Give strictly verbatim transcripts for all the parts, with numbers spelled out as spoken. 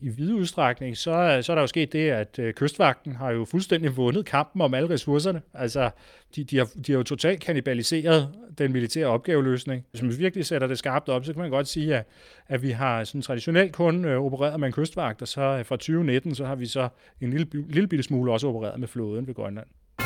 i vid udstrækning, så, så er der jo sket det, at øh, Kystvagten har jo fuldstændig vundet kampen om alle ressourcerne. Altså, de, de, har, de har jo totalt kannibaliseret den militære opgaveløsning. Hvis man virkelig sætter det skarpt op, så kan man godt sige, at, at vi har sådan traditionelt kun øh, opereret med en kystvagt, og så øh, fra tyve nitten, så har vi så en lille, lille bitte smule også opereret med flåden ved Grønland.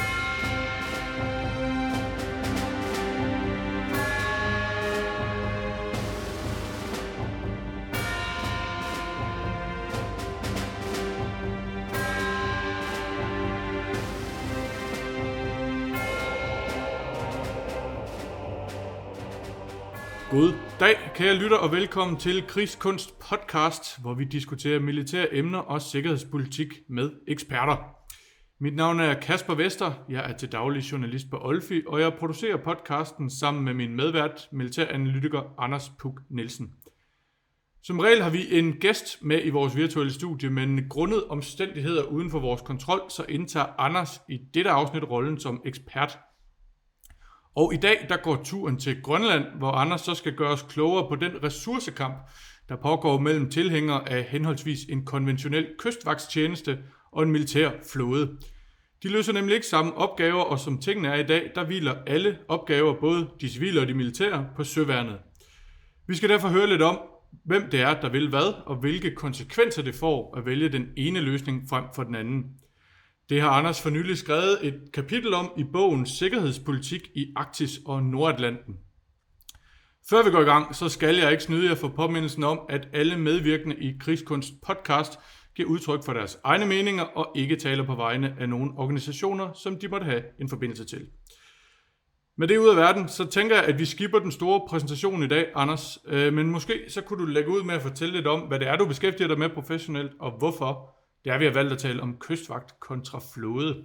God dag, kære lytter, og velkommen til Krigskunst podcast, hvor vi diskuterer militære emner og sikkerhedspolitik med eksperter. Mit navn er Kasper Vester, jeg er til daglig journalist på Olfi, og jeg producerer podcasten sammen med min medvært, militæranalytiker Anders Puk Nielsen. Som regel har vi en gæst med i vores virtuelle studie, men grundet omstændigheder uden for vores kontrol, så indtager Anders i dette afsnit rollen som ekspert. Og i dag, der går turen til Grønland, hvor Anders så skal gøre os klogere på den ressourcekamp, der pågår mellem tilhængere af henholdsvis en konventionel kystvagtstjeneste og en militær flåde. De løser nemlig ikke samme opgaver, og som tingene er i dag, der hviler alle opgaver, både de civile og de militære, på søværnet. Vi skal derfor høre lidt om, hvem det er, der vil hvad, og hvilke konsekvenser det får at vælge den ene løsning frem for den anden. Det har Anders for nylig skrevet et kapitel om i bogen Sikkerhedspolitik i Arktis og Nordatlanten. Før vi går i gang, så skal jeg ikke snyde jer for påmindelsen om, at alle medvirkende i Krigskunst podcast giver udtryk for deres egne meninger og ikke taler på vegne af nogle organisationer, som de måtte have en forbindelse til. Med det ud af verden, så tænker jeg, at vi skipper den store præsentation i dag, Anders. Men måske så kunne du lægge ud med at fortælle lidt om, hvad det er, du beskæftiger dig med professionelt, og hvorfor. Det er, vi har valgt at tale om kystvagt kontra flåde.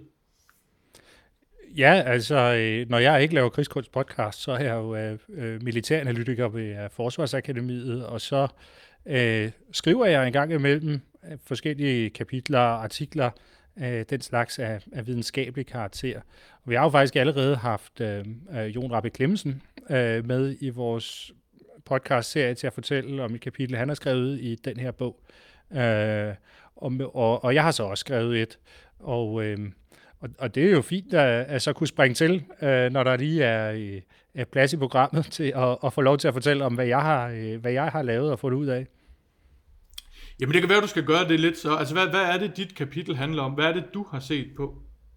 Ja, altså, når jeg ikke laver Krigskunst podcast, så er jeg jo øh, militæranalytiker ved Forsvarsakademiet, og så øh, skriver jeg en gang imellem forskellige kapitler og artikler, øh, den slags af, af videnskabelig karakter. Og vi har jo faktisk allerede haft øh, Jon Rappe Clemmensen øh, med i vores podcast-serie til at fortælle om et kapitel, han har skrevet i den her bog. Øh, Og, og, og jeg har så også skrevet et, og, øh, og, og det er jo fint at, at så kunne springe til, øh, når der lige er, er plads i programmet til at, at få lov til at fortælle om, hvad jeg har, øh, hvad jeg har lavet og fået ud af. Jamen det kan være, at du skal gøre det lidt så. Altså hvad, hvad er det, dit kapitel handler om? Hvad er det, du har set på?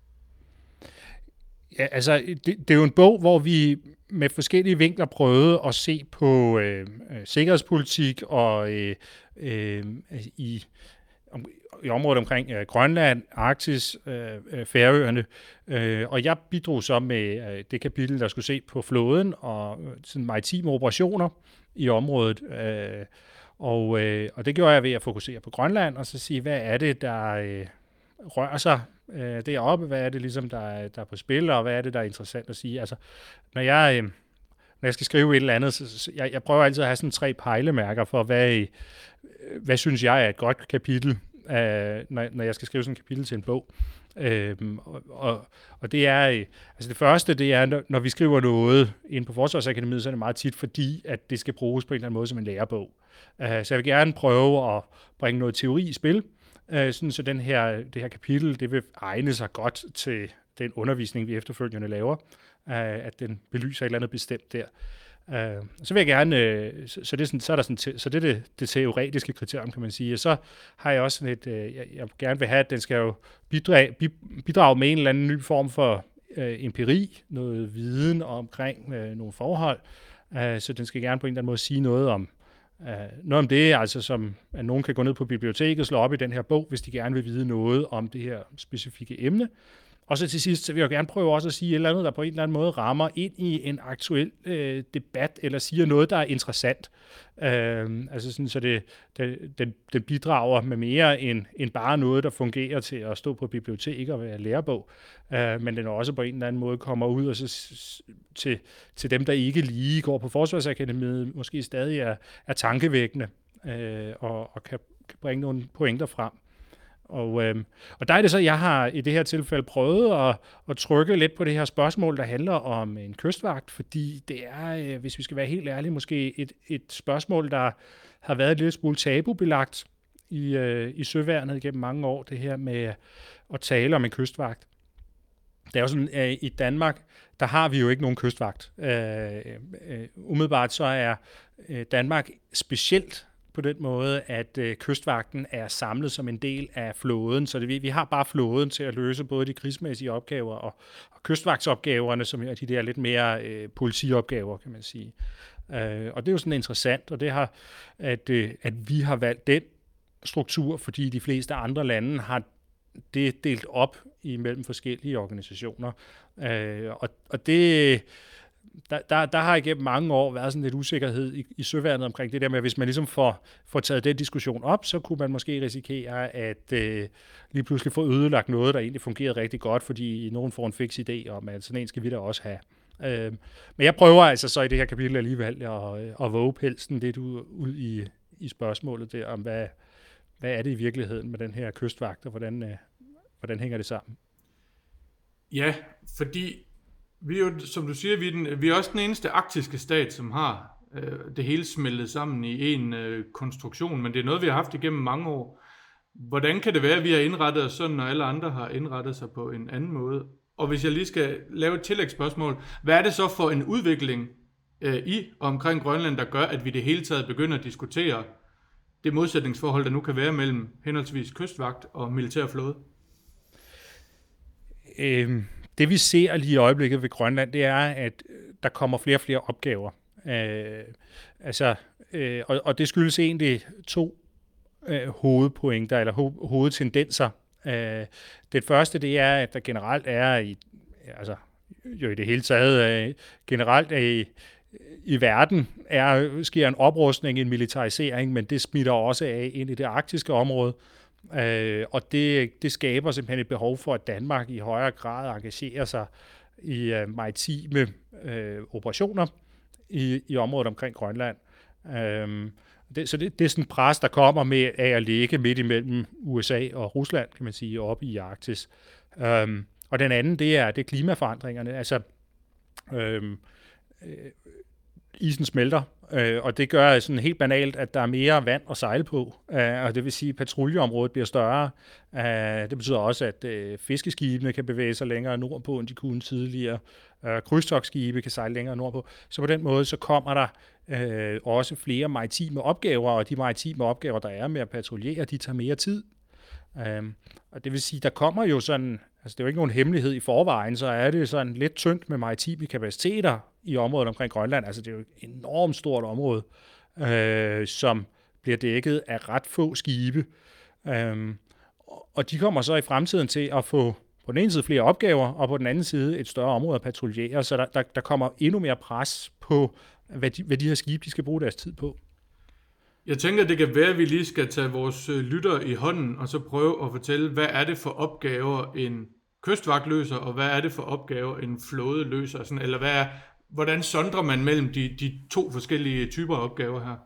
Ja, altså det, det er jo en bog, hvor vi med forskellige vinkler prøvede at se på øh, sikkerhedspolitik og øh, øh, i i området omkring øh, Grønland, Arktis, øh, Færøerne, øh, og jeg bidrog så med øh, det kapitel, der skulle se på flåden og øh, sådan maritime operationer i området, øh, og, øh, og det gjorde jeg ved at fokusere på Grønland, og så sige, hvad er det, der øh, rører sig øh, deroppe, hvad er det ligesom, der er, der er på spil, og hvad er det, der er interessant at sige. Altså, når jeg, øh, når jeg skal skrive et eller andet, så, så jeg, jeg prøver altid at have sådan tre pejlemærker for, hvad, hvad synes jeg er et godt kapitel, Uh, når, når jeg skal skrive sådan en kapitel til en bog. Uh, og, og det er, altså det første, det er, når, når vi skriver noget inde på Forsvarsakademiet, så er det meget tit, fordi at det skal bruges på en eller anden måde som en lærebog. Uh, så jeg vil gerne prøve at bringe noget teori i spil, uh, sådan så den her, det her kapitel, det vil egne sig godt til den undervisning, vi efterfølgende laver, uh, at den belyser et eller andet bestemt der. Uh, så vil jeg gerne, uh, så, så, det er sådan, så er der sådan, så det er det, det teoretiske kriterium, kan man sige. Og så har jeg også sådan et, uh, jeg, jeg gerne vil have, at den skal jo bidrage, bidrage med en eller anden ny form for uh, empiri, noget viden omkring uh, nogle forhold. Uh, så den skal gerne på en eller anden måde sige noget om, uh, noget om det, altså som at nogen kan gå ned på biblioteket og slå op i den her bog, hvis de gerne vil vide noget om det her specifikke emne. Og så til sidst, så vil jeg gerne prøve også at sige et eller andet, der på en eller anden måde rammer ind i en aktuel øh, debat, eller siger noget, der er interessant. Øh, altså sådan, så det, det, den, den bidrager med mere end, end bare noget, der fungerer til at stå på bibliotek og være lærebog. Øh, men den også på en eller anden måde kommer ud og så, til, til dem, der ikke lige går på Forsvarsakademiet, måske stadig er, er tankevækkende øh, og, og kan, kan bringe nogle pointer frem. Og, øh, og der er det så, jeg har i det her tilfælde prøvet at, at trykke lidt på det her spørgsmål, der handler om en kystvagt, fordi det er, øh, hvis vi skal være helt ærlige, måske et, et spørgsmål, der har været lidt smule tabubelagt i, øh, i søværnet gennem mange år, det her med at tale om en kystvagt. Det er jo sådan, at i Danmark, der har vi jo ikke nogen kystvagt. Øh, øh, umiddelbart så er øh, Danmark specielt på den måde, at øh, kystvagten er samlet som en del af flåden, så det, vi, vi har bare flåden til at løse både de krigsmæssige opgaver og, og kystvagtsopgaverne, som er de der lidt mere øh, politiopgaver, kan man sige. Øh, og det er jo sådan interessant, og det har, at, øh, at vi har valgt den struktur, fordi de fleste andre lande har det delt op imellem forskellige organisationer. Øh, og, og det, der, der, der har igennem mange år været sådan lidt usikkerhed i, i søværnet omkring det der med, at hvis man ligesom får, får taget den diskussion op, så kunne man måske risikere at øh, lige pludselig få ødelagt noget, der egentlig fungerede rigtig godt, fordi nogen får en fix idé om, at sådan en skal vi da også have. Øh, men jeg prøver altså så i det her kapitel alligevel at, at våge pelsen lidt ud, ud i, i spørgsmålet der om, hvad, hvad er det i virkeligheden med den her kystvagt, og hvordan, øh, hvordan hænger det sammen? Ja, fordi vi er jo, som du siger, vi er, den, vi er også den eneste arktiske stat, som har øh, det hele smeltet sammen i en øh, konstruktion, men det er noget, vi har haft igennem mange år. Hvordan kan det være, at vi har indrettet os sådan, når alle andre har indrettet sig på en anden måde? Og hvis jeg lige skal lave et tillægsspørgsmål, hvad er det så for en udvikling øh, i og omkring Grønland, der gør, at vi det hele taget begynder at diskutere det modsætningsforhold, der nu kan være mellem henholdsvis kystvagt og militærflåde? Øhm, det vi ser lige i øjeblikket ved Grønland, det er, at der kommer flere og flere opgaver. Øh, altså, øh, og, og det skyldes egentlig to øh, hovedpointer, eller ho- hovedtendenser. Øh, det første, det er, at der generelt er i, altså jo i det hele taget, øh, generelt er i, i verden er, sker en oprustning, en militarisering, men det smitter også af ind i det arktiske område. Øh, og det, det skaber simpelthen et behov for, at Danmark i højere grad engagerer sig i uh, maritime uh, operationer i, i området omkring Grønland. Um, det, så det, det er sådan et pres, der kommer med af at ligge midt imellem U S A og Rusland, kan man sige, oppe i Arktis. Um, og den anden, det er, det er klimaforandringerne. Altså, um, isen smelter, øh, og det gør sådan helt banalt, at der er mere vand at sejle på, øh, og det vil sige, at patruljeområdet bliver større. Øh, det betyder også, at øh, fiskeskibene kan bevæge sig længere nordpå, end de kunne tidligere. Øh, krydstogtskibe kan sejle længere nordpå. Så på den måde, så kommer der øh, også flere maritime opgaver, og de maritime opgaver, der er med at patruljere, de tager mere tid. Øh, og det vil sige, der kommer jo sådan, altså det er jo ikke nogen hemmelighed i forvejen, så er det sådan lidt tyndt med maritime kapaciteter i området omkring Grønland. Altså det er jo et enormt stort område, øh, som bliver dækket af ret få skibe. Øh, og de kommer så i fremtiden til at få på den ene side flere opgaver, og på den anden side et større område at patruljere, så der, der, der kommer endnu mere pres på, hvad de, hvad de her skibe de skal bruge deres tid på. Jeg tænker, det kan være, at vi lige skal tage vores lytter i hånden, og så prøve at fortælle, hvad er det for opgaver, en kystvagt løser, og hvad er det for opgaver, en flåde løser, sådan, eller hvad er, hvordan sondrer man mellem de, de to forskellige typer opgaver her?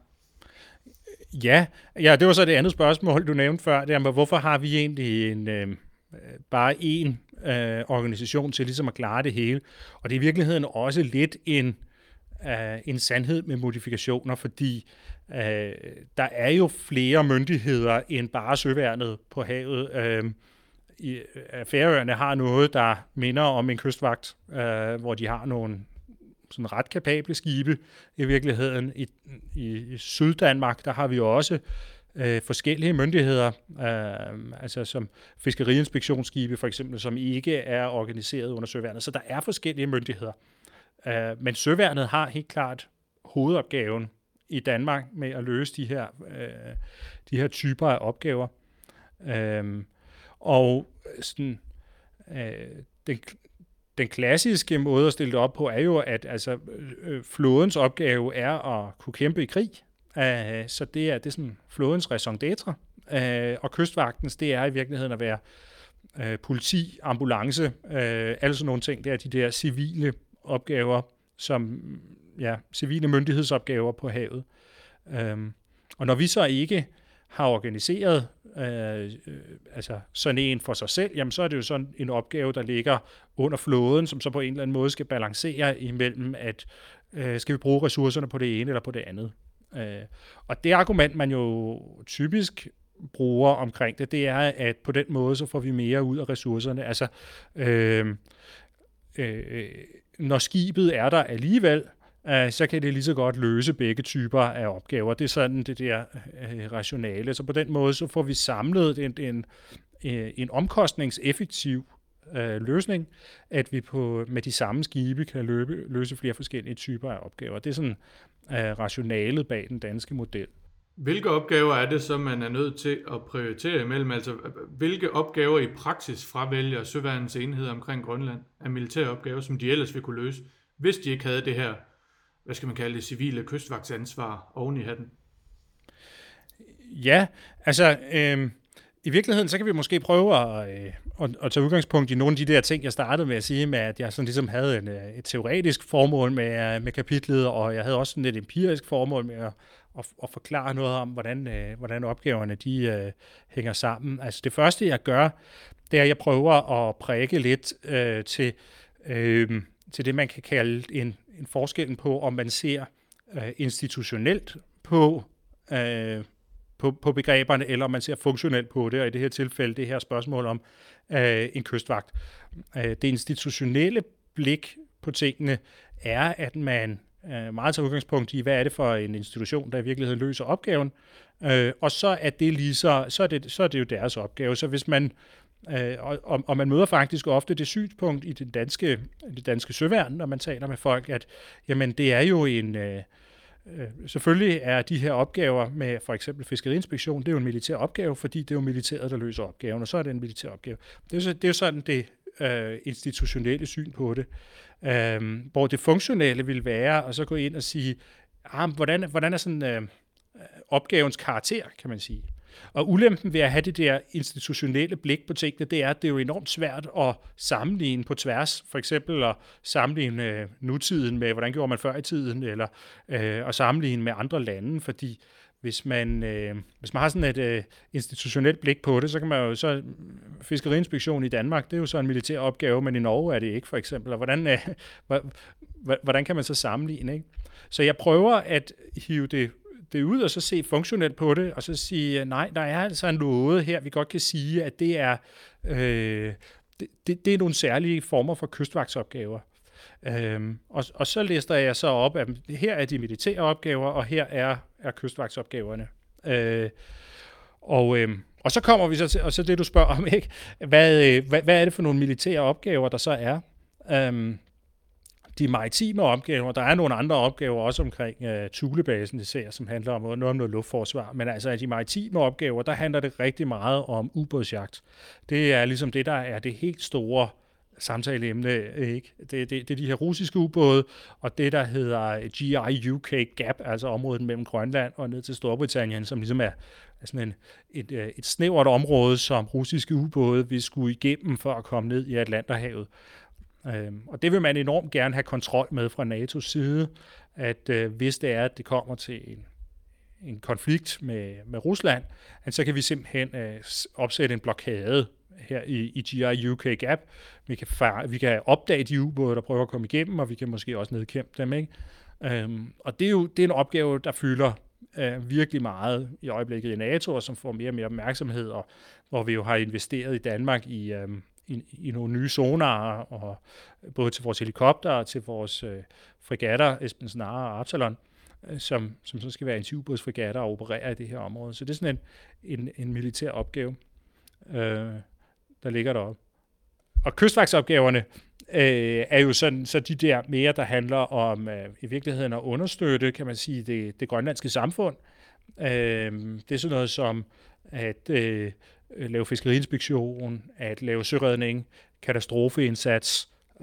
Ja, ja, det var så det andet spørgsmål, du nævnte før, det er, men hvorfor har vi egentlig en, øh, bare én øh, organisation til ligesom at klare det hele? Og det er i virkeligheden også lidt en, øh, en sandhed med modifikationer, fordi øh, der er jo flere myndigheder end bare søværnet på havet. Øh, i, Færøerne har noget, der minder om en kystvagt, øh, hvor de har nogle sådan ret kapable skibe i virkeligheden. I, i, i Syddanmark, der har vi jo også øh, forskellige myndigheder, øh, altså som fiskeriinspektionsskibe for eksempel, som ikke er organiseret under søværnet. Så der er forskellige myndigheder. Øh, men søværnet har helt klart hovedopgaven i Danmark med at løse de her, øh, de her typer af opgaver. Øh, og sådan, øh, den Den klassiske måde at stille det op på er jo, at altså, øh, flådens opgave er at kunne kæmpe i krig. Uh, så det er, det er sådan flådens raison d'être. Uh, og kystvagtens, det er i virkeligheden at være uh, politi, ambulance, uh, alle sådan nogle ting. Det er de der civile opgaver, som ja, civile myndighedsopgaver på havet. Uh, og når vi så ikke har organiseret øh, øh, altså sådan en for sig selv, jamen så er det jo sådan en opgave, der ligger under flåden, som så på en eller anden måde skal balancere imellem, at øh, skal vi bruge ressourcerne på det ene eller på det andet. Øh, og det argument, man jo typisk bruger omkring det, det er, at på den måde, så får vi mere ud af ressourcerne. Altså, øh, øh, når skibet er der alligevel, øh, så kan det lige så godt løse begge typer af opgaver. Det er sådan det der øh, rationale. Så på den måde, så får vi samlet en, en, en omkostningseffektiv øh, løsning, at vi på, med de samme skibe kan løbe, løse flere forskellige typer af opgaver. Det er sådan øh, rationalet bag den danske model. Hvilke opgaver er det så, man er nødt til at prioritere imellem? Altså, hvilke opgaver i praksis fravælger søværnets enheder omkring Grønland af militære opgaver, som de ellers ville kunne løse, hvis de ikke havde det her, hvad skal man kalde det, civile kystvagtsansvar oven i hatten? Ja, altså øh, i virkeligheden, så kan vi måske prøve at, øh, at, at tage udgangspunkt i nogle af de der ting, jeg startede med at sige, med at jeg sådan ligesom havde en, et teoretisk formål med, med kapitlet, og jeg havde også sådan et empirisk formål med at, at, at forklare noget om, hvordan, øh, hvordan opgaverne de, øh, hænger sammen. Altså det første, jeg gør, det er, at jeg prøver at prikke lidt øh, til, øh, til det, man kan kalde en, en forskel på, om man ser øh, institutionelt på øh, På, på begreberne, eller om man ser funktionelt på det, og i det her tilfælde, det her spørgsmål om øh, en kystvagt. Øh, det institutionelle blik på tingene er, at man øh, meget tager udgangspunkt i, hvad er det for en institution, der i virkeligheden løser opgaven, øh, og så er det lige så, så er det, så er det jo deres opgave. Så hvis man, øh, og, og man møder faktisk ofte det synspunkt i det danske, det danske søværn, når man taler med folk, at jamen, det er jo en øh, selvfølgelig er de her opgaver med for eksempel fiskeriinspektion, det er jo en militær opgave, fordi det er jo militæret, der løser opgaven, og så er det en militær opgave. Det er jo, så, det er jo sådan det øh, institutionelle syn på det. Øh, hvor det funktionelle vil være at så gå ind og sige, ah, hvordan, hvordan er sådan øh, opgavens karakter, kan man sige. Og ulempen ved at have det der institutionelle blik på tingene, det er, at det er jo enormt svært at sammenligne på tværs. For eksempel at sammenligne øh, nutiden med, hvordan gjorde man før i tiden, eller øh, at sammenligne med andre lande, fordi hvis man, øh, hvis man har sådan et øh, institutionelt blik på det, så kan man jo så, fiskeriinspektion i Danmark, det er jo så en militær opgave, men i Norge er det ikke, for eksempel. Og hvordan, øh, hvordan kan man så sammenligne, ikke? Så jeg prøver at hive det det ud, og så se funktionelt på det, og så sige, nej, der er altså noget her, vi godt kan sige, at det er, øh, det, det, det er nogle særlige former for kystvagtsopgaver. Øhm, og, og så lister jeg så op, at her er de militære opgaver, og her er, er kystvagtsopgaverne. Øh, og, øh, og så kommer vi så til, og så det du spørger om, ikke? Hvad, hvad, hvad er det for nogle militære opgaver, der så er? Øhm, De maritime opgaver, der er nogle andre opgaver også omkring uh, Thulebasen, især, som handler om noget om noget luftforsvar, men altså de maritime opgaver, der handler det rigtig meget om ubådsjagt. Det er ligesom det, der er det helt store samtaleemne, ikke? Det, det, det er de her russiske ubåde, og det, der hedder G I U K Gap, altså området mellem Grønland og ned til Storbritannien, som ligesom er sådan en, et, et snævert område, som russiske ubåde vil skulle igennem for at komme ned i Atlanterhavet. Øhm, og det vil man enormt gerne have kontrol med fra NATO's side, at øh, hvis det er, at det kommer til en, en konflikt med, med Rusland, at så kan vi simpelthen øh, opsætte en blokade her i, i G I U K Gap. Vi kan, far, vi kan opdage de ubåde, der prøver at komme igennem, og vi kan måske også nedkæmpe dem, ikke? Øhm, og det er jo det er en opgave, der fylder øh, virkelig meget i øjeblikket i NATO, og som får mere og mere opmærksomhed, og hvor vi jo har investeret i Danmark i øh, I, i nogle nye sonarer, og både til vores helikopter og til vores øh, fregatter, Esbern Snare og Absalon, øh, som, som så skal være antiubådsfregatter og operere i det her område. Så det er sådan en, en, en militær opgave, øh, der ligger deroppe. Og kystvagtsopgaverne øh, er jo sådan, så de der mere, der handler om øh, i virkeligheden at understøtte, kan man sige, det, det grønlandske samfund. Øh, det er sådan noget som at øh, lave fiskeriinspektion, at lave søredning, katastrofeindsats. Uh,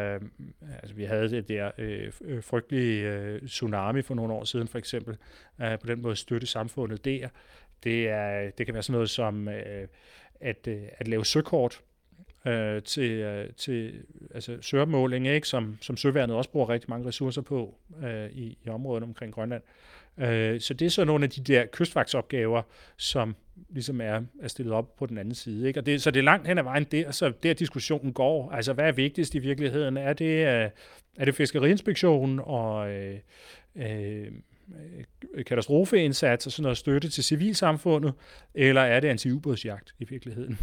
altså vi havde det der øh, frygtelige øh, tsunami for nogle år siden, for eksempel. Uh, på den måde støtte samfundet der. Det, er, det kan være sådan noget som øh, at, øh, at lave søkort øh, til, øh, til altså søopmåling, ikke? Som, som søværnet også bruger rigtig mange ressourcer på øh, i, i området omkring Grønland. Så det er så nogle af de der kystvagtsopgaver, som ligesom er, er stillet op på den anden side, ikke? Og det, så det er langt hen ad vejen der, så der diskussionen går. Altså, hvad er vigtigst i virkeligheden? Er det, er det fiskeriinspektion og, øh, katastrofeindsats og sådan noget støtte til civilsamfundet, eller er det anti-ubådsjagt i virkeligheden?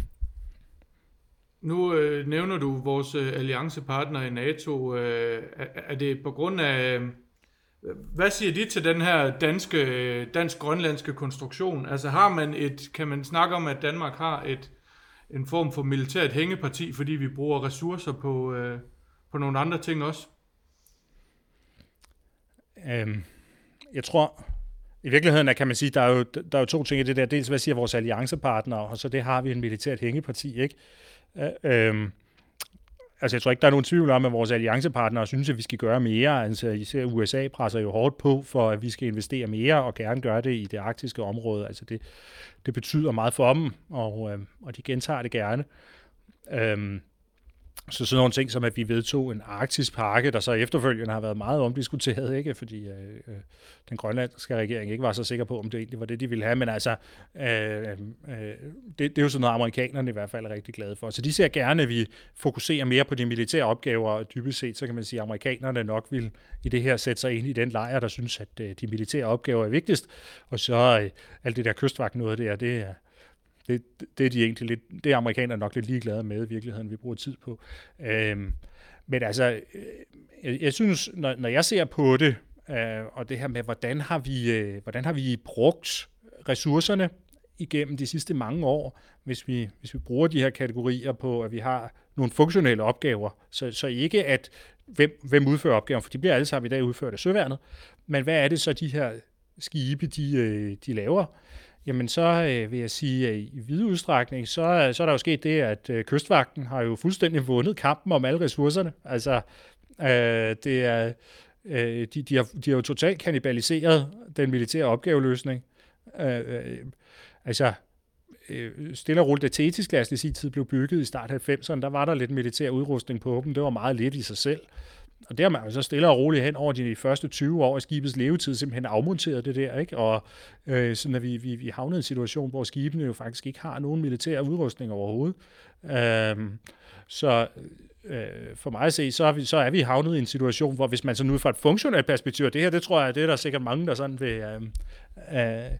Nu øh, nævner du vores øh, alliancepartner i NATO. Øh, er, er det på grund af... Øh, hvad siger de til den her danske, dansk-grønlandske konstruktion? Altså har man et... Kan man snakke om, at Danmark har et en form for militært hængeparti, fordi vi bruger ressourcer på, øh, på nogle andre ting også? Øhm, jeg tror... I virkeligheden kan man sige, der er jo, der er jo to ting i det der. Dels, hvad siger vores alliancepartnere, og så det har vi en militært hængeparti, ikke? Øhm, altså, jeg tror ikke, der er nogen tvivl om, at vores alliancepartnere synes, at vi skal gøre mere. Altså, især U S A presser jo hårdt på, for at vi skal investere mere, og gerne gøre det i det arktiske område. Altså, det, det betyder meget for dem, og, øhm, og de gentager det gerne. Øhm, Så sådan nogle ting som, at vi vedtog en arktisk pakke, der så efterfølgende har været meget omdiskuteret, ikke? Fordi øh, den grønlandske regering ikke var så sikker på, om det egentlig var det, de ville have. Men altså, øh, øh, det, det er jo sådan noget, amerikanerne i hvert fald er rigtig glade for. Så de ser gerne, at vi fokuserer mere på de militære opgaver, og dybest set, så kan man sige, at amerikanerne nok vil i det her sætte sig ind i den lejr, der synes, at øh, de militære opgaver er vigtigst. Og så øh, alt det der kystvagt noget der, det er... Det, det er de egentlig lidt, det er amerikanerne nok lidt ligeglade med i virkeligheden, vi bruger tid på. Øhm, men altså, jeg, jeg synes, når, når jeg ser på det, øh, og det her med, hvordan har vi, øh, hvordan har vi brugt ressourcerne igennem de sidste mange år, hvis vi, hvis vi bruger de her kategorier på, at vi har nogle funktionelle opgaver, så, så ikke at, hvem, hvem udfører opgaven, for de bliver alle sammen i dag udført af søværnet, men hvad er det så, de her skibe, de, de laver? Jamen så øh, vil jeg sige, at i vid udstrækning, så, så er der jo sket det, at øh, kystvagten har jo fuldstændig vundet kampen om alle ressourcerne. Altså, øh, det er, øh, de, de, har, de har jo totalt kannibaliseret den militære opgaveløsning. Øh, øh, altså, øh, stille og roligt, da Thetis-klassen i sin tid blev bygget i start halvfemserne, der var der lidt militær udrustning på dem. Det var meget lidt i sig selv. Og der har man jo så stille og roligt hen over de første tyve år af skibets levetid simpelthen afmonteret det der, ikke? Og øh, sådan at vi, vi, vi havnede i en situation, hvor skibene jo faktisk ikke har nogen militær udrustning overhovedet. Øhm, så øh, for mig at se, så er, vi, så er vi havnet i en situation, hvor hvis man sådan ud fra et funktionelt perspektiv, og det her, det tror jeg, det er der sikkert mange, der sådan vil øh, øh,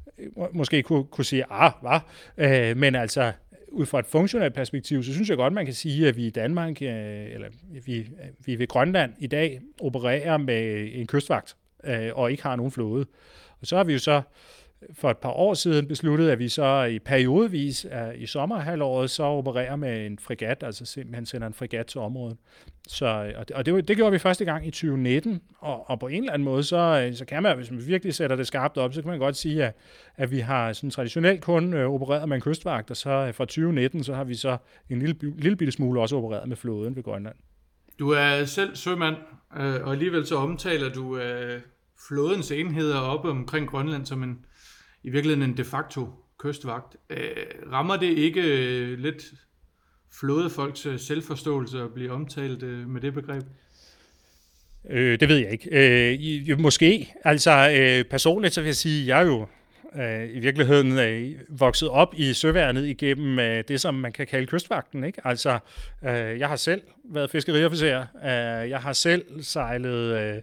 måske kunne, kunne sige, ah, hvad? Øh, men altså, ud fra et funktionelt perspektiv, så synes jeg godt, man kan sige, at vi i Danmark, eller vi, vi ved Grønland i dag opererer med en kystvagt, og ikke har nogen flåde. Og så har vi jo så for et par år siden besluttet, at vi så i periodevis i sommerhalvåret så opererer med en fregat, altså simpelthen sender en fregat til området. Så, og det, og det, det gjorde vi første gang i tyve nitten, og, og på en eller anden måde, så, så kan man, hvis man virkelig sætter det skarpt op, så kan man godt sige, at, at vi har sådan traditionelt kun øh, opereret med en kystvagt, og så øh, fra tyve nitten, så har vi så en lille, lille bitte smule også opereret med flåden ved Grønland. Du er selv sømand, øh, og alligevel så omtaler du øh, flådens enheder oppe omkring Grønland som en i virkeligheden en de facto kystvagt. Øh, rammer det ikke øh, lidt flådefolks øh, selvforståelse at blive omtalt øh, med det begreb? Øh, det ved jeg ikke. Øh, måske. Altså øh, personligt så vil jeg sige, at jeg er jo øh, i virkeligheden øh, vokset op i søværnet igennem øh, det, som man kan kalde kystvagten, ikke? Altså, øh, jeg har selv været fiskeriofficer. Øh, jeg har selv sejlet, øh,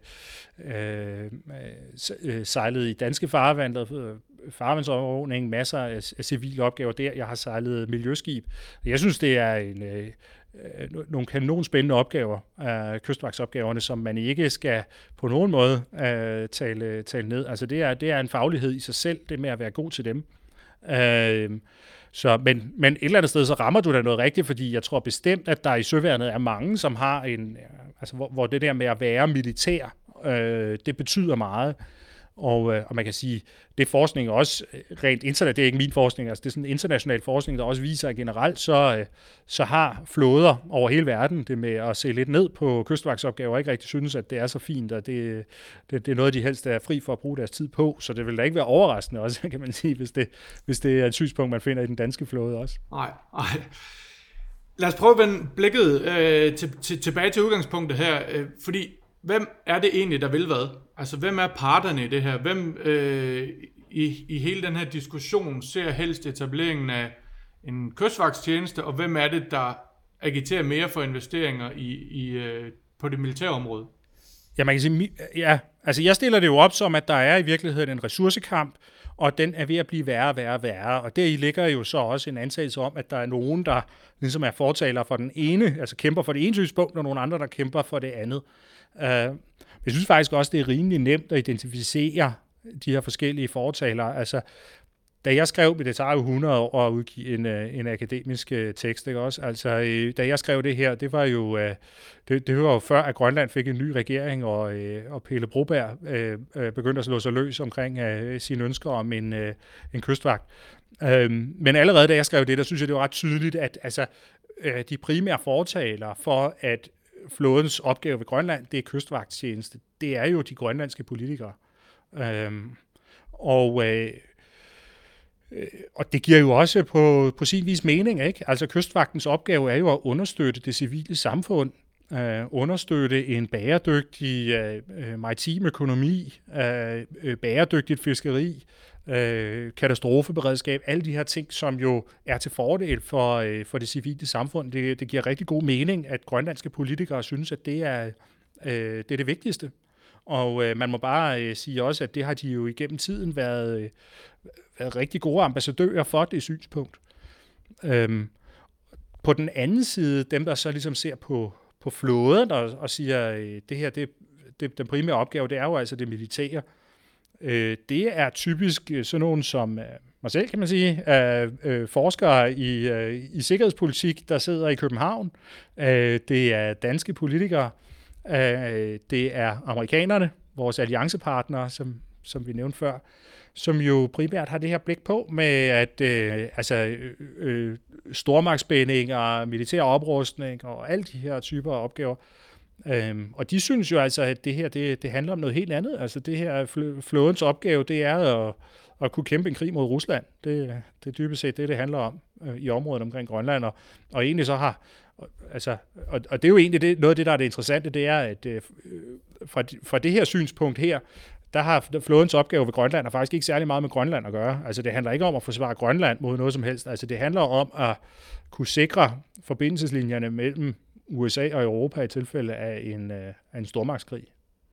øh, sejlet i danske farvand, farvandsovervågning, masser af, af civile opgaver der. Jeg har sejlet miljøskib. Jeg synes, det er en, øh, nogle kanonspændende opgaver, øh, kystvagtsopgaverne, som man ikke skal på nogen måde øh, tale, tale ned. Altså det er, det er en faglighed i sig selv, det med at være god til dem. Øh, så, men, men et eller andet sted, så rammer du da noget rigtigt, fordi jeg tror bestemt, at der i søværnet er mange, som har en, altså hvor, hvor det der med at være militær, øh, det betyder meget. Og, øh, og man kan sige, det er forskning også rent internet, det er ikke min forskning, altså det er sådan en international forskning, der også viser, at generelt så, øh, så har flåder over hele verden det med at se lidt ned på kystvagtsopgaver, og ikke rigtig synes, at det er så fint, og det, det, det er noget, de helst er fri for at bruge deres tid på, så det vil da ikke være overraskende også, kan man sige, hvis det, hvis det er et synspunkt, man finder i den danske flåde også. Nej, nej. Lad os prøve at vende blikket øh, til, til, tilbage til udgangspunktet her, øh, fordi hvem er det egentlig, der vil hvad? Altså, hvem er parterne i det her? Hvem øh, i, i hele den her diskussion ser helst etableringen af en kystvagtstjeneste, og hvem er det, der agiterer mere for investeringer i, i, øh, på det militære område? Ja, man kan sige, ja, Altså, jeg stiller det jo op som, at der er i virkeligheden en ressourcekamp, og den er ved at blive værre og værre og værre. Og deri ligger jo så også en antagelse om, at der er nogen, der ligesom er fortalere for den ene, altså kæmper for det ene synspunkt, og nogle andre, der kæmper for det andet. Uh, jeg synes faktisk også, det er rimelig nemt at identificere de her forskellige fortalere. Altså, da jeg skrev, det tager jo hundrede år at udgive en, en akademisk tekst, ikke også? Altså, da jeg skrev det her, det var jo, det, det var jo før, at Grønland fik en ny regering, og, og Pele Broberg begyndte at slå sig løs omkring sine ønsker om en, en kystvagt. Men allerede da jeg skrev det, der synes jeg, det var ret tydeligt, at altså, de primære fortalere for, at flådens opgave ved Grønland, det er kystvagttjeneste, det er jo de grønlandske politikere. Og Og det giver jo også på, på sin vis mening, ikke? Altså kystvagtens opgave er jo at understøtte det civile samfund, øh, understøtte en bæredygtig øh, maritim økonomi, øh, bæredygtigt fiskeri, øh, katastrofeberedskab, alle de her ting, som jo er til fordel for, øh, for det civile samfund. Det, det giver rigtig god mening, at grønlandske politikere synes, at det er, øh, det, er det vigtigste. Og øh, man må bare øh, sige også, at det har de jo igennem tiden været, øh, været rigtig gode ambassadører for det synspunkt. Øhm, på den anden side, dem der så ligesom ser på, på flåden og, og siger, øh, det her, det, det, den primære opgave, det er jo altså det militære. Øh, det er typisk sådan nogen som øh, mig selv, kan man sige, øh, øh, forskere i, øh, i sikkerhedspolitik, der sidder i København. Øh, det er danske politikere. Øh, det er amerikanerne, vores alliancepartnere, som, som vi nævnte før, som jo primært har det her blik på med, at øh, altså, øh, øh, stormagtsspændinger, militær oprustning og alle de her typer af opgaver. Øhm, og de synes jo altså, at det her det, det handler om noget helt andet. Altså det her flådens opgave, det er at, at kunne kæmpe en krig mod Rusland. Det, det er dybest set det, det handler om øh, i området omkring Grønland. Og, og egentlig så har Altså, og, og det er jo egentlig det, noget af det, der er det interessante, det er, at øh, fra, fra det her synspunkt her, der har flådens opgave ved Grønland har faktisk ikke særlig meget med Grønland at gøre. Altså, det handler ikke om at forsvare Grønland mod noget som helst. Altså, det handler om at kunne sikre forbindelseslinjerne mellem U S A og Europa i tilfælde af en, øh, af en stormagtskrig.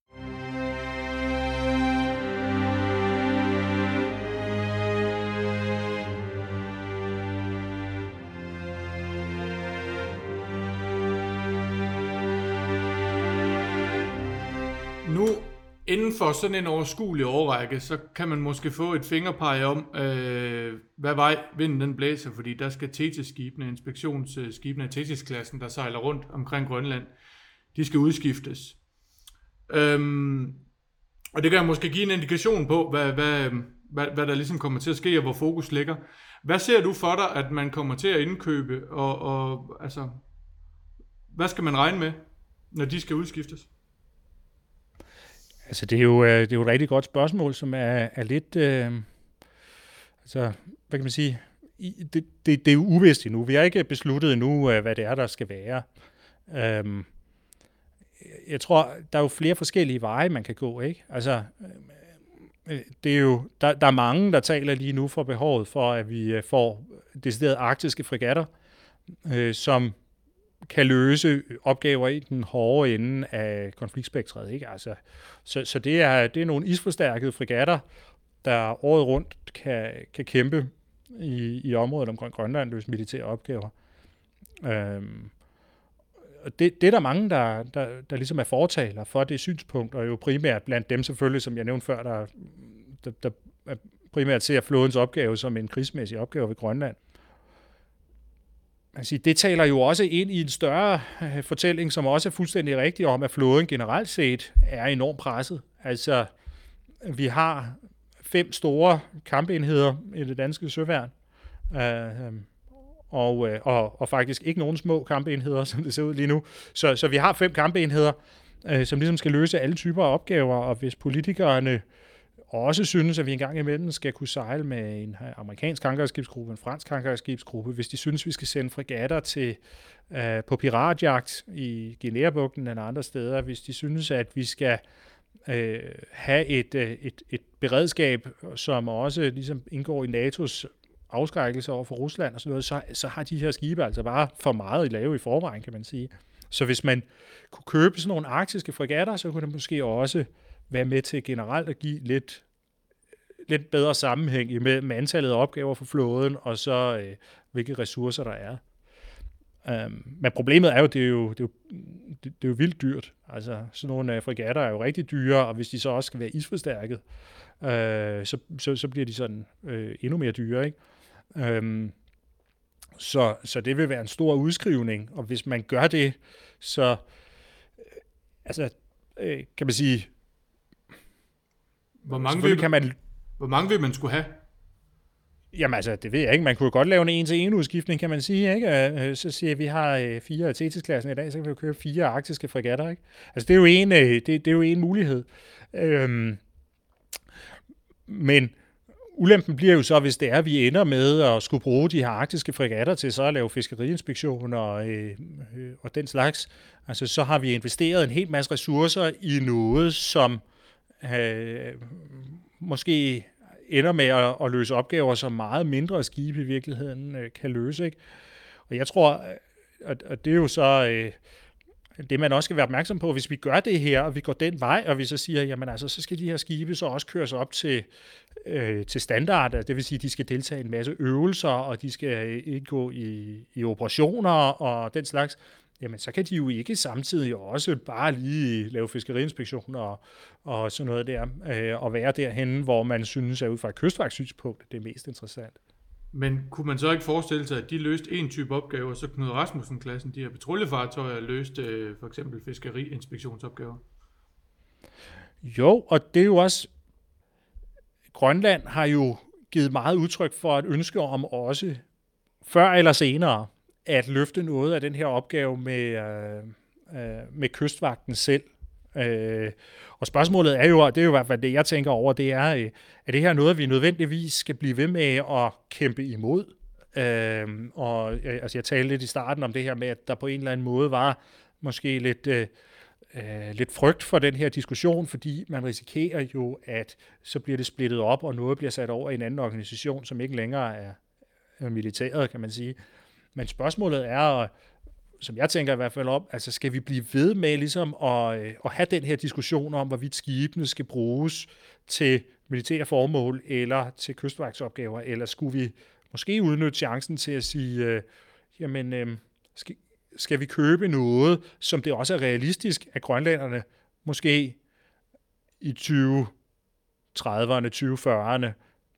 Nu, inden for sådan en overskuelig årrække, så kan man måske få et fingerpege om, øh, hvad vej vinden den blæser, fordi der skal Thetis-skibene, inspektionsskibene af Thetis-klassen, der sejler rundt omkring Grønland, de skal udskiftes. Øhm, og det kan måske give en indikation på, hvad, hvad, hvad, hvad der ligesom kommer til at ske, og hvor fokus ligger. Hvad ser du for dig, at man kommer til at indkøbe, og, og altså, hvad skal man regne med, når de skal udskiftes? Altså, det er jo, det er jo et rigtig godt spørgsmål, som er, er lidt, øh, altså, hvad kan man sige, det, det, det er jo uvist endnu. Vi har ikke besluttet endnu, hvad det er, der skal være. Øhm, jeg tror, der er jo flere forskellige veje, man kan gå, ikke? Altså, det er jo, der, der er mange, der taler lige nu for behovet for, at vi får deciderede arktiske fregatter, øh, som kan løse opgaver i den hårde ende af konfliktspektret, ikke? Altså, så, så det er, det er nogle isforstærkede fregatter, der året rundt kan, kan kæmpe i, i området omkring Grønland, løse militære opgaver. Øhm, og det, det er der mange, der, der, der ligesom er fortaler for det synspunkt, og jo primært blandt dem selvfølgelig, som jeg nævnte før, der, der, der primært ser flådens opgave som en krigsmæssig opgave ved Grønland. Altså, det taler jo også ind i en større øh, fortælling, som også er fuldstændig rigtig om, at flåden generelt set er enormt presset. Altså, vi har fem store kampenheder i det danske søværn, øh, og, øh, og, og faktisk ikke nogen små kampenheder, som det ser ud lige nu. Så, så vi har fem kampenheder, øh, som ligesom skal løse alle typer af opgaver, og hvis politikerne også synes, at vi engang imellem skal kunne sejle med en amerikansk hangarskibsgruppe, en fransk hangarskibsgruppe, hvis de synes, vi skal sende fregatter til, øh, på piratjagt i Guinea-bugten eller andre steder, hvis de synes, at vi skal øh, have et, et, et beredskab, som også ligesom indgår i NATO's afskrækkelse over for Rusland og sådan noget, så, så har de her skibe altså bare for meget i lave i forvejen, kan man sige. Så hvis man kunne købe sådan nogle arktiske fregatter, så kunne det måske også være med til generelt at give lidt, lidt bedre sammenhæng imellem antallet af opgaver for flåden, og så øh, hvilke ressourcer der er. Um, men problemet er jo, det er jo, det er jo, det, det er jo vildt dyrt. Altså, sådan nogle uh, fregatter er jo rigtig dyre, og hvis de så også skal være isforstærket, uh, så, så, så bliver de sådan uh, endnu mere dyre, ikke? Um, så, så det vil være en stor udskrivning, og hvis man gør det, så uh, altså, uh, kan man sige, hvor mange, vil, kan man, hvor mange vil man skulle have? Jamen altså, det ved jeg ikke. Man kunne godt lave en en-til-en udskiftning, kan man sige, ikke? Så siger vi, har fire af Thetis-klassen i dag, så kan vi jo købe fire arktiske fregatter, ikke? Altså, det er jo en, det, det er jo en mulighed. Øhm, men ulempen bliver jo så, hvis det er, at vi ender med at skulle bruge de her arktiske fregatter til så at lave fiskeriinspektion og, øh, og den slags. Altså, så har vi investeret en hel masse ressourcer i noget, som øh, måske ender med at, at løse opgaver, som meget mindre skibe i virkeligheden øh, kan løse, ikke? Og jeg tror, at, at det er jo så øh, det, man også skal være opmærksom på, hvis vi gør det her, og vi går den vej, og vi så siger, jamen altså, så skal de her skibe så også køres op til, øh, til standard, det vil sige, at de skal deltage i en masse øvelser, og de skal indgå i, i operationer og den slags. Jamen, så kan de jo ikke samtidig også bare lige lave fiskeriinspektion og, og sådan noget der, øh, og være derhenne, hvor man synes, at ud fra et kystvagtssynspunkt, det er mest interessant. Men kunne man så ikke forestille sig, at de løste en type opgaver, så Knud Rasmussen-klassen, de her patruljefartøjer, løste øh, for eksempel fiskeriinspektionsopgaver? Jo, og det er jo også, Grønland har jo givet meget udtryk for et ønske om også, før eller senere, at løfte noget af den her opgave med, øh, øh, med kystvagten selv. Øh, og spørgsmålet er jo, og det er jo i hvert fald det, jeg tænker over, det er, øh, er det her noget, vi nødvendigvis skal blive ved med at kæmpe imod? Øh, og øh, altså jeg talte lidt i starten om det her med, at der på en eller anden måde var måske lidt, øh, øh, lidt frygt for den her diskussion, fordi man risikerer jo, at så bliver det splittet op, og noget bliver sat over i en anden organisation, som ikke længere er, er militæret, kan man sige. Men spørgsmålet er, som jeg tænker i hvert fald om, altså skal vi blive ved med ligesom at, at have den her diskussion om, hvorvidt skibene skal bruges til militære formål eller til kystvagtsopgaver, eller skulle vi måske udnytte chancen til at sige, øh, jamen øh, skal, skal vi købe noget, som det også er realistisk, at grønlænderne måske i tyve trediverne, tyve fyrrerne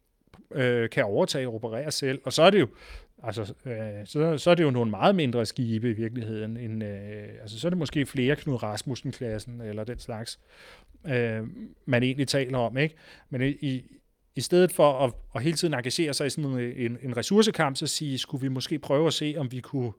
øh, kan overtage og operere selv, og så er det jo Altså, øh, så, så er det jo nogle meget mindre skibe i virkeligheden. End, øh, altså, så er det måske flere Knud Rasmussen-klassen eller den slags, øh, man egentlig taler om, ikke? Men i, i stedet for at, at hele tiden engagere sig i sådan en, en ressourcekamp, så sige, skulle vi måske prøve at se, om vi kunne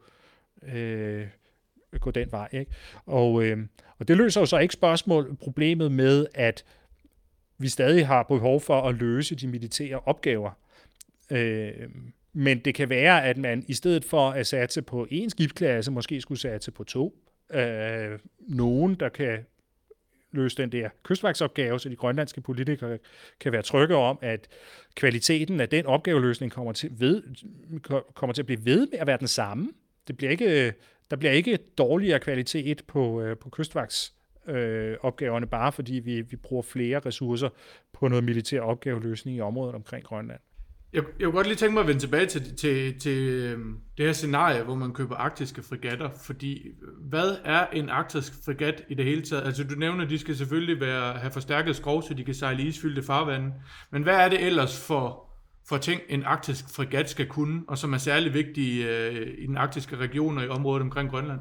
øh, gå den vej, ikke? Og, øh, og det løser jo så ikke spørgsmål, problemet med, at vi stadig har behov for at løse de militære opgaver. Øh, Men det kan være, at man i stedet for at satse på en skibsklasse, måske skulle satse på to. Øh, nogen, der kan løse den der kystvagtsopgave, så de grønlandske politikere kan være trygge om, at kvaliteten af den opgaveløsning kommer til, ved, kommer til at blive ved med at være den samme. Det bliver ikke, der bliver ikke dårligere kvalitet på, på kystvagtsopgaverne, bare fordi vi, vi bruger flere ressourcer på noget militær opgaveløsning i området omkring Grønland. Jeg, jeg kunne godt lige tænke mig at vende tilbage til, til, til det her scenarie, hvor man køber arktiske fregatter, fordi hvad er en arktisk fregat i det hele taget? Altså du nævner, at de skal selvfølgelig være, have forstærket skrog, så de kan sejle i isfyldte farvande, men hvad er det ellers for, for ting, en arktisk fregat skal kunne, og som er særlig vigtige øh, i den arktiske region og i området omkring Grønland?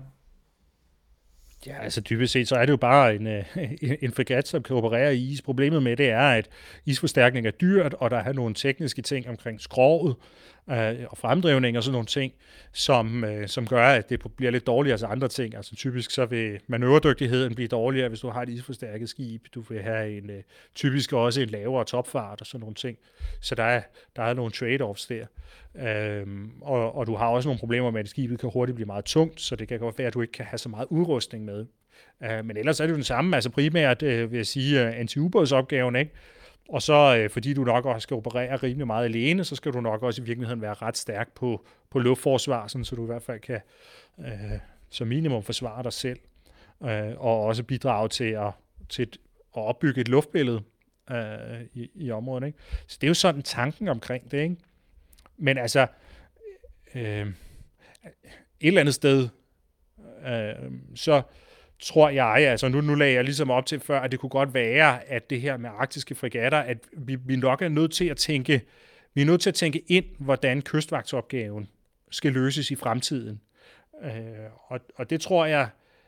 Ja, altså dybest set, så er det jo bare en, en fregat, som kan operere i is. Problemet med det er, at isforstærkning er dyrt, og der er nogle tekniske ting omkring skroget øh, og fremdrivning og sådan nogle ting, som, øh, som gør, at det bliver lidt dårligere til andre ting. Altså typisk så vil manøvredygtigheden blive dårligere, hvis du har et isforstærket skib. Du vil have en, øh, typisk også en lavere topfart og sådan nogle ting. Så der er, der er nogle trade-offs der. Øhm, og, og du har også nogle problemer med, at skibet kan hurtigt blive meget tungt, så det kan godt være, at du ikke kan have så meget udrustning med. Øh, men ellers er det jo den samme, altså primært øh, vil jeg sige uh, anti-ubådsopgaven, ikke? Og så øh, fordi du nok også skal operere rimelig meget alene, så skal du nok også i virkeligheden være ret stærk på, på luftforsvar, sådan, så du i hvert fald kan øh, som minimum forsvare dig selv, øh, og også bidrage til at, til, at opbygge et luftbillede øh, i, i området. Ikke? Så det er jo sådan tanken omkring det. Ikke? Men altså, øh, et eller andet sted, øh, så tror jeg, altså nu, nu lagde jeg ligesom op til før, at det kunne godt være, at det her med arktiske fregatter, at vi, vi nok er nødt til at tænke, vi er nødt til at tænke ind, hvordan kystvagtsopgaven skal løses i fremtiden. Øh, og, og det tror jeg,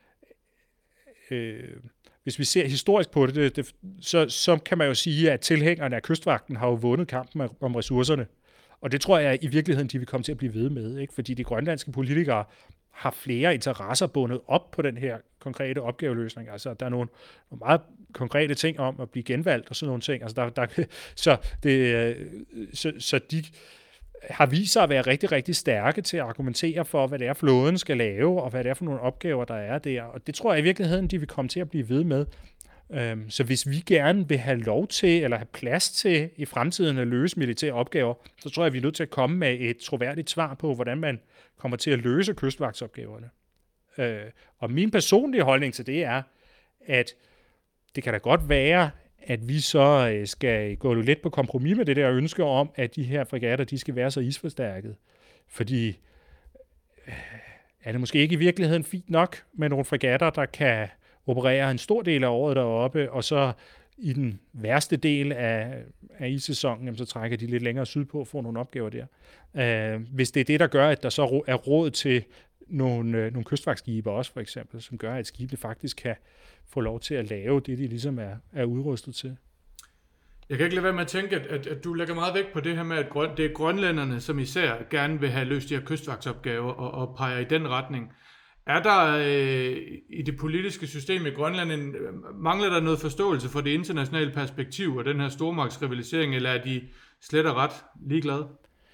øh, hvis vi ser historisk på det, det, det så, så kan man jo sige, at tilhængerne af kystvagten har jo vundet kampen om ressourcerne. Og det tror jeg i virkeligheden, de vil komme til at blive ved med, ikke? Fordi de grønlandske politikere har flere interesser bundet op på den her konkrete opgaveløsning. Altså, der er nogle, nogle meget konkrete ting om at blive genvalgt og sådan nogle ting. Altså, der, der, så, det, så, så de har vist sig at være rigtig, rigtig stærke til at argumentere for, hvad det er, flåden skal lave, og hvad det er for nogle opgaver, der er der. Og det tror jeg i virkeligheden, de vil komme til at blive ved med. Så hvis vi gerne vil have lov til, eller have plads til i fremtiden at løse militære opgaver, så tror jeg, vi er nødt til at komme med et troværdigt svar på, hvordan man kommer til at løse kystvagtsopgaverne. Og min personlige holdning til det er, at det kan da godt være, at vi så skal gå lidt på kompromis med det der ønske om, at de her fregatter, de skal være så isforstærket. Fordi er det måske ikke i virkeligheden fint nok med nogle fregatter, der kan operere en stor del af året deroppe, og så i den værste del af, af issæsonen, jamen, så trækker de lidt længere sydpå og får nogle opgaver der. Uh, hvis det er det, der gør, at der så er råd til nogle, nogle kystvagtskibe også, for eksempel, som gør, at skibene faktisk kan få lov til at lave det, de ligesom er, er udrustet til. Jeg kan ikke lade være med at tænke, at, at, at du lægger meget vægt på det her med, at grøn, det er grønlænderne, som især gerne vil have løst de her kystvagtsopgaver og, og peger i den retning. Er der øh, i det politiske system i Grønland, en, mangler der noget forståelse for det internationale perspektiv og den her stormagtsrivalisering, eller er de slet og ret ligeglade?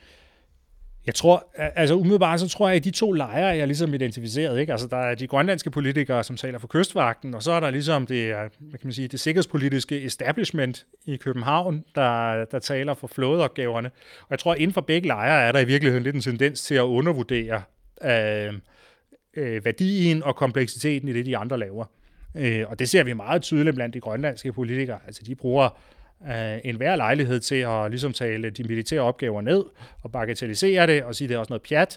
Jeg tror, altså umiddelbart så tror jeg, at de to lejre jeg ligesom identificeret, ikke? Altså der er de grønlandske politikere, som taler for kystvagten, og så er der ligesom det, hvad kan man sige, det sikkerhedspolitiske establishment i København, der, der taler for flådeopgaverne. Og jeg tror, at inden for begge lejre er der i virkeligheden lidt en tendens til at undervurdere øh, øh, værdien og kompleksiteten i det, de andre laver. Øh, og det ser vi meget tydeligt blandt de grønlandske politikere. Altså de bruger Uh, en hver lejlighed til at ligesom tale de militære opgaver ned og bagatellisere det og sige, at det er også noget pjat.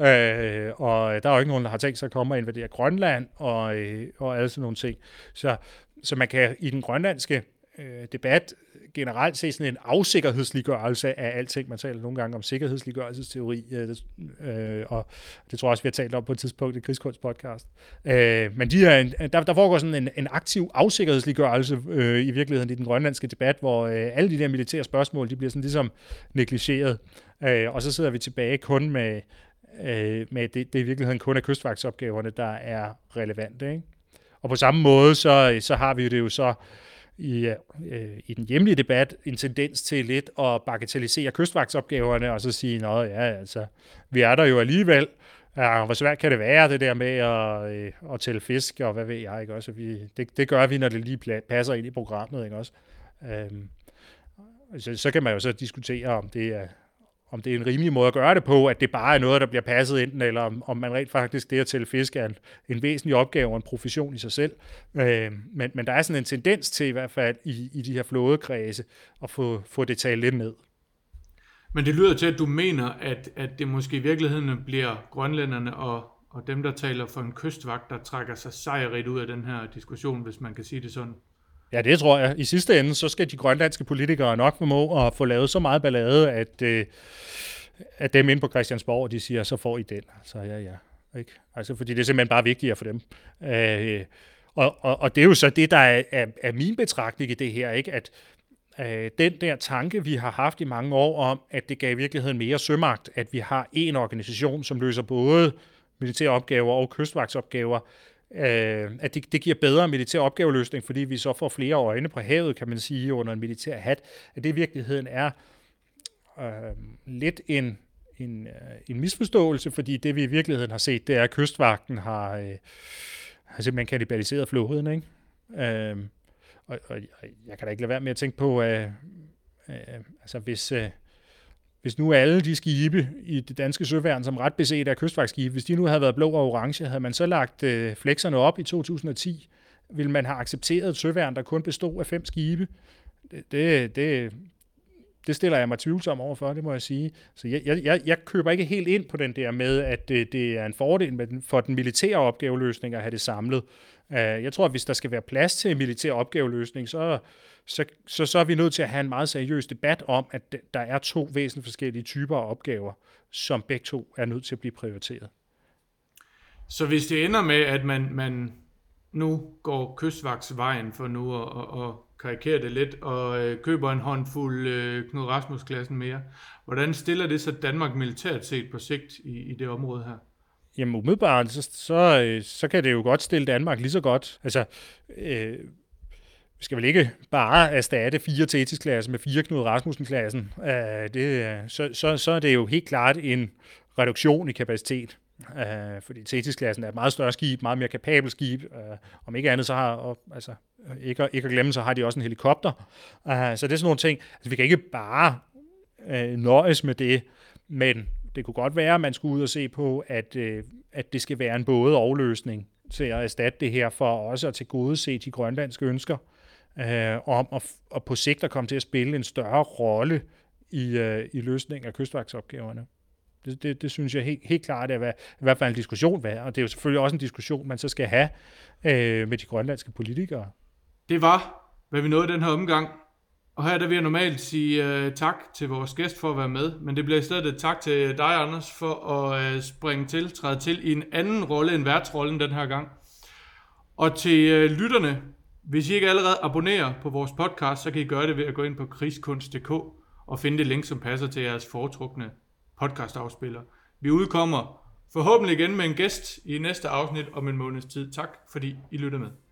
Uh, og der er jo ikke nogen, der har tænkt sig at komme og invadere Grønland og, uh, og alle sådan nogle ting. Så, så man kan i den grønlandske uh, debat generelt se sådan en afsikkerhedsliggørelse af alting. Man taler nogle gange om sikkerhedsliggørelsesteori, uh, uh, og det tror jeg også, vi har talt om på et tidspunkt i Krigskunst podcast. Uh, men de er en, der, der foregår sådan en, en aktiv afsikkerhedsliggørelse uh, i virkeligheden i den grønlandske debat, hvor uh, alle de der militære spørgsmål, de bliver sådan ligesom negligeret. Uh, og så sidder vi tilbage kun med, uh, med det, det i virkeligheden kun er kystvagtsopgaverne, der er relevante. Ikke? Og på samme måde, så, så har vi det jo så i, øh, i den hjemlige debat en tendens til lidt at bagatellisere kystvagtsopgaverne og så sige, nå ja, altså, vi er der jo alligevel. Ja, hvor svært kan det være, det der med at, øh, at tælle fisk, og hvad ved jeg, ikke også? Vi, det, det gør vi, når det lige passer ind i programmet, ikke også? Øhm, så, så kan man jo så diskutere, om det er om det er en rimelig måde at gøre det på, at det bare er noget, der bliver passet ind, eller om, om man rent faktisk det at tælle fisk er en, en væsentlig opgave og en profession i sig selv. Øh, men, men der er sådan en tendens til i hvert fald i, i de her flådekredse at få, få det talt lidt ned. Men det lyder til, at du mener, at, at det måske i virkeligheden bliver grønlænderne og, og dem, der taler for en kystvagt, der trækker sig sejrigt ud af den her diskussion, hvis man kan sige det sådan. Ja, det tror jeg. I sidste ende, så skal de grønlandske politikere nok formå at få lavet så meget ballade, at, øh, at dem inde på Christiansborg, de siger, så får I den. Så ja, ja. Ikke? Altså, fordi det er simpelthen bare vigtigere for dem. Øh, og, og, og det er jo så det, der er, er, er min betragtning i det her, ikke? At øh, den der tanke, vi har haft i mange år om, at det gav i virkeligheden mere sømagt, at vi har en organisation, som løser både militære opgaver og kystvagtsopgaver, at det, det giver bedre militær opgaveløsning, fordi vi så får flere øjne på havet, kan man sige, under en militær hat, at det i virkeligheden er øh, lidt en, en, en misforståelse, fordi det vi i virkeligheden har set, det er, at kystvagten har, øh, har simpelthen kannibaliseret flåden, ikke? Øh, og, og jeg kan da ikke lade være med at tænke på, øh, øh, altså hvis... Øh, Hvis nu alle de skibe i det danske søværn, som ret beset er kystvagtskibe, hvis de nu havde været blå og orange, havde man så lagt øh, flekserne op i to tusind og ti vil man have accepteret et søværn, der kun bestod af fem skibe? Det, det, det, det stiller jeg mig tvivlsom over for, det må jeg sige. Så jeg, jeg, jeg køber ikke helt ind på den der med, at det, det er en fordel for den militære opgaveløsning at have det samlet. Jeg tror, at hvis der skal være plads til en militær opgaveløsning, så, så, så, så er vi nødt til at have en meget seriøs debat om, at der er to væsentligt forskellige typer af opgaver, som begge to er nødt til at blive prioriteret. Så hvis det ender med, at man, man nu går kystvagtsvejen for nu at, at, at karikere det lidt, og øh, køber en håndfuld øh, Knud Rasmus-klassen mere, hvordan stiller det så Danmark militært set på sigt i, i det område her? Jamen umiddelbart, så, så, så kan det jo godt stille Danmark lige så godt. Altså, øh, vi skal vel ikke bare erstatte fire Thetis-klasser med fire Knud Rasmussen-klassen. Øh, det, så, så, så er det jo helt klart en reduktion i kapacitet. Uh, fordi Thetis-klassen er et meget større skib, meget mere kapabelt skib. Uh, om ikke andet, så har, og, altså, ikke, ikke at glemme, så har de også en helikopter. Uh, så det er sådan nogle ting. Altså, vi kan ikke bare uh, nøjes med det, men det kunne godt være, at man skulle ud og se på, at, uh, at det skal være en både overløsning til at erstatte det her, for også at tilgodese de grønlandske ønsker, uh, om at, at på sigt at komme til at spille en større rolle i, uh, i løsningen af kystvagtsopgaverne. Det, det, det synes jeg helt, helt klart er i hvert fald en diskussion værd, og det er jo selvfølgelig også en diskussion, man så skal have øh, med de grønlandske politikere. Det var, hvad vi nåede i den her omgang. Og her der vil jeg normalt sige uh, tak til vores gæst for at være med, men det bliver i stedet et tak til dig, Anders, for at uh, springe til, træde til i en anden rolle end værtsrollen den her gang. Og til uh, lytterne, hvis I ikke allerede abonnerer på vores podcast, så kan I gøre det ved at gå ind på krigskunst punktum d k og finde det link, som passer til jeres foretrukne podcastafspiller. Vi udkommer forhåbentlig igen med en gæst i næste afsnit om en måneds tid. Tak fordi I lytter med.